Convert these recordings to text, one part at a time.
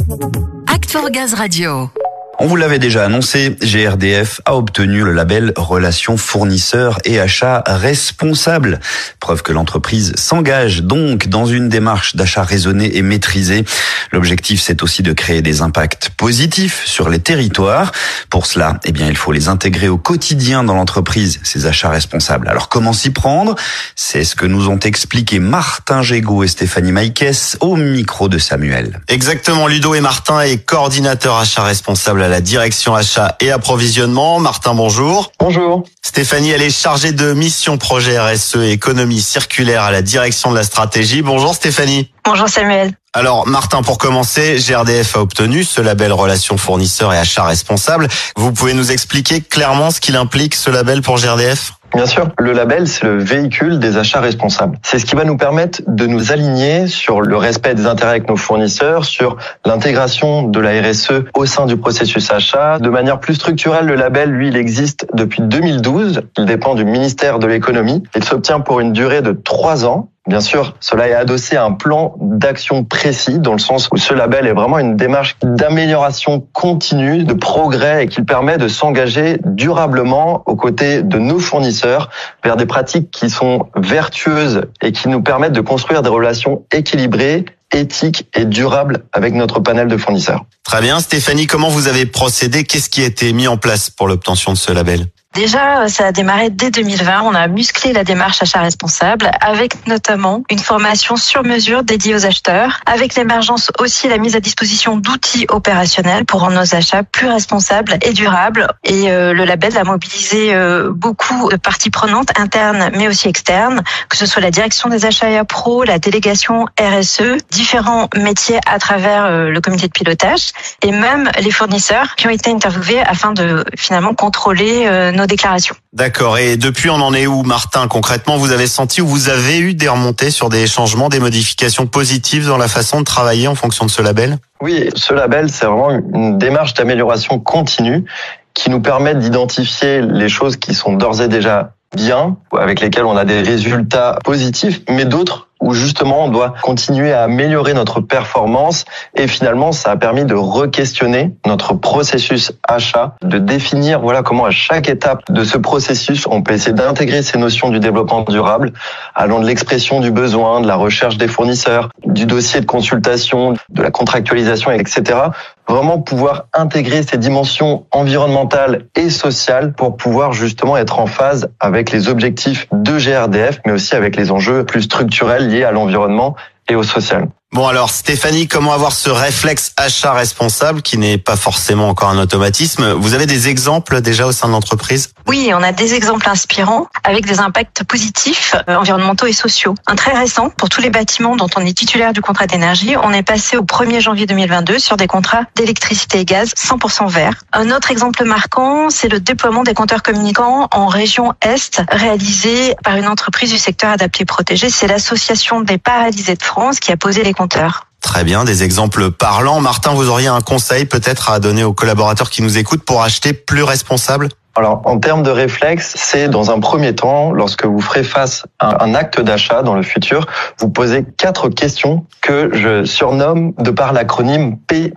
Act for Gaz Radio. On vous l'avait déjà annoncé, GRDF a obtenu le label Relations fournisseurs et achats responsables. Preuve que l'entreprise s'engage donc dans une démarche d'achat raisonné et maîtrisé. L'objectif, c'est aussi de créer des impacts positifs sur les territoires. Pour cela, il faut les intégrer au quotidien dans l'entreprise, ces achats responsables. Alors comment s'y prendre? C'est ce que nous ont expliqué Martin Gégaud et Stéphanie Maïkès au micro de Samuel. Exactement, Ludo et Martin est coordinateur achat responsable à la direction achat et approvisionnement. Martin, bonjour. Bonjour. Stéphanie, elle est chargée de mission projet RSE et économie circulaire à la direction de la stratégie. Bonjour Stéphanie. Bonjour Samuel. Alors Martin, pour commencer, GRDF a obtenu ce label Relations fournisseurs et achats responsables. Vous pouvez nous expliquer clairement ce qu'il implique, ce label pour GRDF ? Bien sûr, le label, c'est le véhicule des achats responsables. C'est ce qui va nous permettre de nous aligner sur le respect des intérêts avec nos fournisseurs, sur l'intégration de la RSE au sein du processus achat. De manière plus structurelle, le label, lui, il existe depuis 2012. Il dépend du ministère de l'économie. Il s'obtient pour une durée de 3 ans. Bien sûr, cela est adossé à un plan d'action précis, dans le sens où ce label est vraiment une démarche d'amélioration continue, de progrès, et qui permet de s'engager durablement aux côtés de nos fournisseurs vers des pratiques qui sont vertueuses et qui nous permettent de construire des relations équilibrées, éthiques et durables avec notre panel de fournisseurs. Très bien. Stéphanie, comment vous avez procédé? Qu'est-ce qui a été mis en place pour l'obtention de ce label? Déjà, ça a démarré dès 2020. On a musclé la démarche achat responsable avec notamment une formation sur mesure dédiée aux acheteurs, avec l'émergence aussi et la mise à disposition d'outils opérationnels pour rendre nos achats plus responsables et durables. Et le label a mobilisé beaucoup de parties prenantes internes mais aussi externes, que ce soit la direction des achats et appro, la délégation RSE, différents métiers à travers le comité de pilotage et même les fournisseurs qui ont été interviewés afin de finalement contrôler nos déclarations. D'accord. Et depuis, on en est où, Martin? Concrètement, vous avez senti ou vous avez eu des remontées sur des changements, des modifications positives dans la façon de travailler en fonction de ce label? Oui, ce label, c'est vraiment une démarche d'amélioration continue qui nous permet d'identifier les choses qui sont d'ores et déjà bien, avec lesquelles on a des résultats positifs, mais d'autres où justement on doit continuer à améliorer notre performance, et finalement ça a permis de re-questionner notre processus achat, de définir comment à chaque étape de ce processus on peut essayer d'intégrer ces notions du développement durable, allant de l'expression du besoin, de la recherche des fournisseurs, du dossier de consultation, de la contractualisation, etc. Vraiment pouvoir intégrer ces dimensions environnementales et sociales pour pouvoir justement être en phase avec les objectifs de GRDF, mais aussi avec les enjeux plus structurels liés à l'environnement et au social. Bon alors Stéphanie, comment avoir ce réflexe achat responsable qui n'est pas forcément encore un automatisme? Vous avez des exemples déjà au sein de l'entreprise? Oui, on a des exemples inspirants avec des impacts positifs environnementaux et sociaux. Un très récent, pour tous les bâtiments dont on est titulaire du contrat d'énergie, on est passé au 1er janvier 2022 sur des contrats d'électricité et gaz 100% verts. Un autre exemple marquant, c'est le déploiement des compteurs communicants en région Est, réalisé par une entreprise du secteur adapté protégé. C'est l'association des paralysés de France qui a posé les compteurs. Très bien, des exemples parlants. Martin, vous auriez un conseil peut-être à donner aux collaborateurs qui nous écoutent pour acheter plus responsable? Alors, en termes de réflexe, c'est dans un premier temps, lorsque vous ferez face à un acte d'achat dans le futur, vous posez 4 questions que je surnomme de par l'acronyme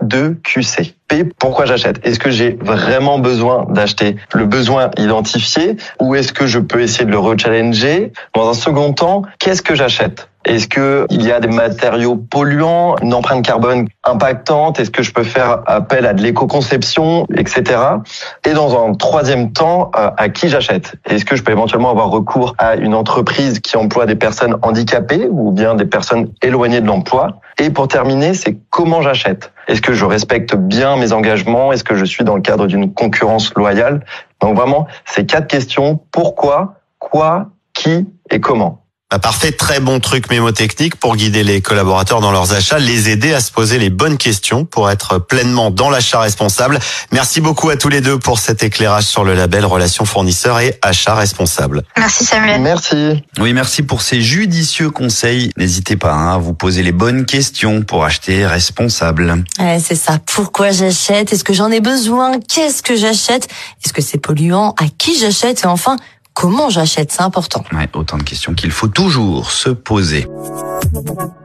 P2QC. P, pourquoi j'achète? Est-ce que j'ai vraiment besoin d'acheter? Le besoin identifié, ou est-ce que je peux essayer de le rechallenger? Dans un second temps, qu'est-ce que j'achète? Est-ce que il y a des matériaux polluants, une empreinte carbone impactante? Est-ce que je peux faire appel à de l'éco-conception, etc. Et dans un troisième temps, à qui j'achète? Est-ce que je peux éventuellement avoir recours à une entreprise qui emploie des personnes handicapées ou bien des personnes éloignées de l'emploi? Et pour terminer, c'est comment j'achète? Est-ce que je respecte bien mes engagements? Est-ce que je suis dans le cadre d'une concurrence loyale? Donc vraiment, ces 4 questions: pourquoi, quoi, qui et comment. Parfait, très bon truc mémotechnique pour guider les collaborateurs dans leurs achats, les aider à se poser les bonnes questions pour être pleinement dans l'achat responsable. Merci beaucoup à tous les deux pour cet éclairage sur le label Relations fournisseurs et achats responsables. Merci Samuel. Merci. Oui, merci pour ces judicieux conseils. N'hésitez pas à vous poser les bonnes questions pour acheter responsable. Ouais, c'est ça. Pourquoi j'achète? Est-ce que j'en ai besoin? Qu'est-ce que j'achète? Est-ce que c'est polluant? À qui j'achète? Et enfin, comment j'achète? C'est important. Ouais, autant de questions qu'il faut toujours se poser.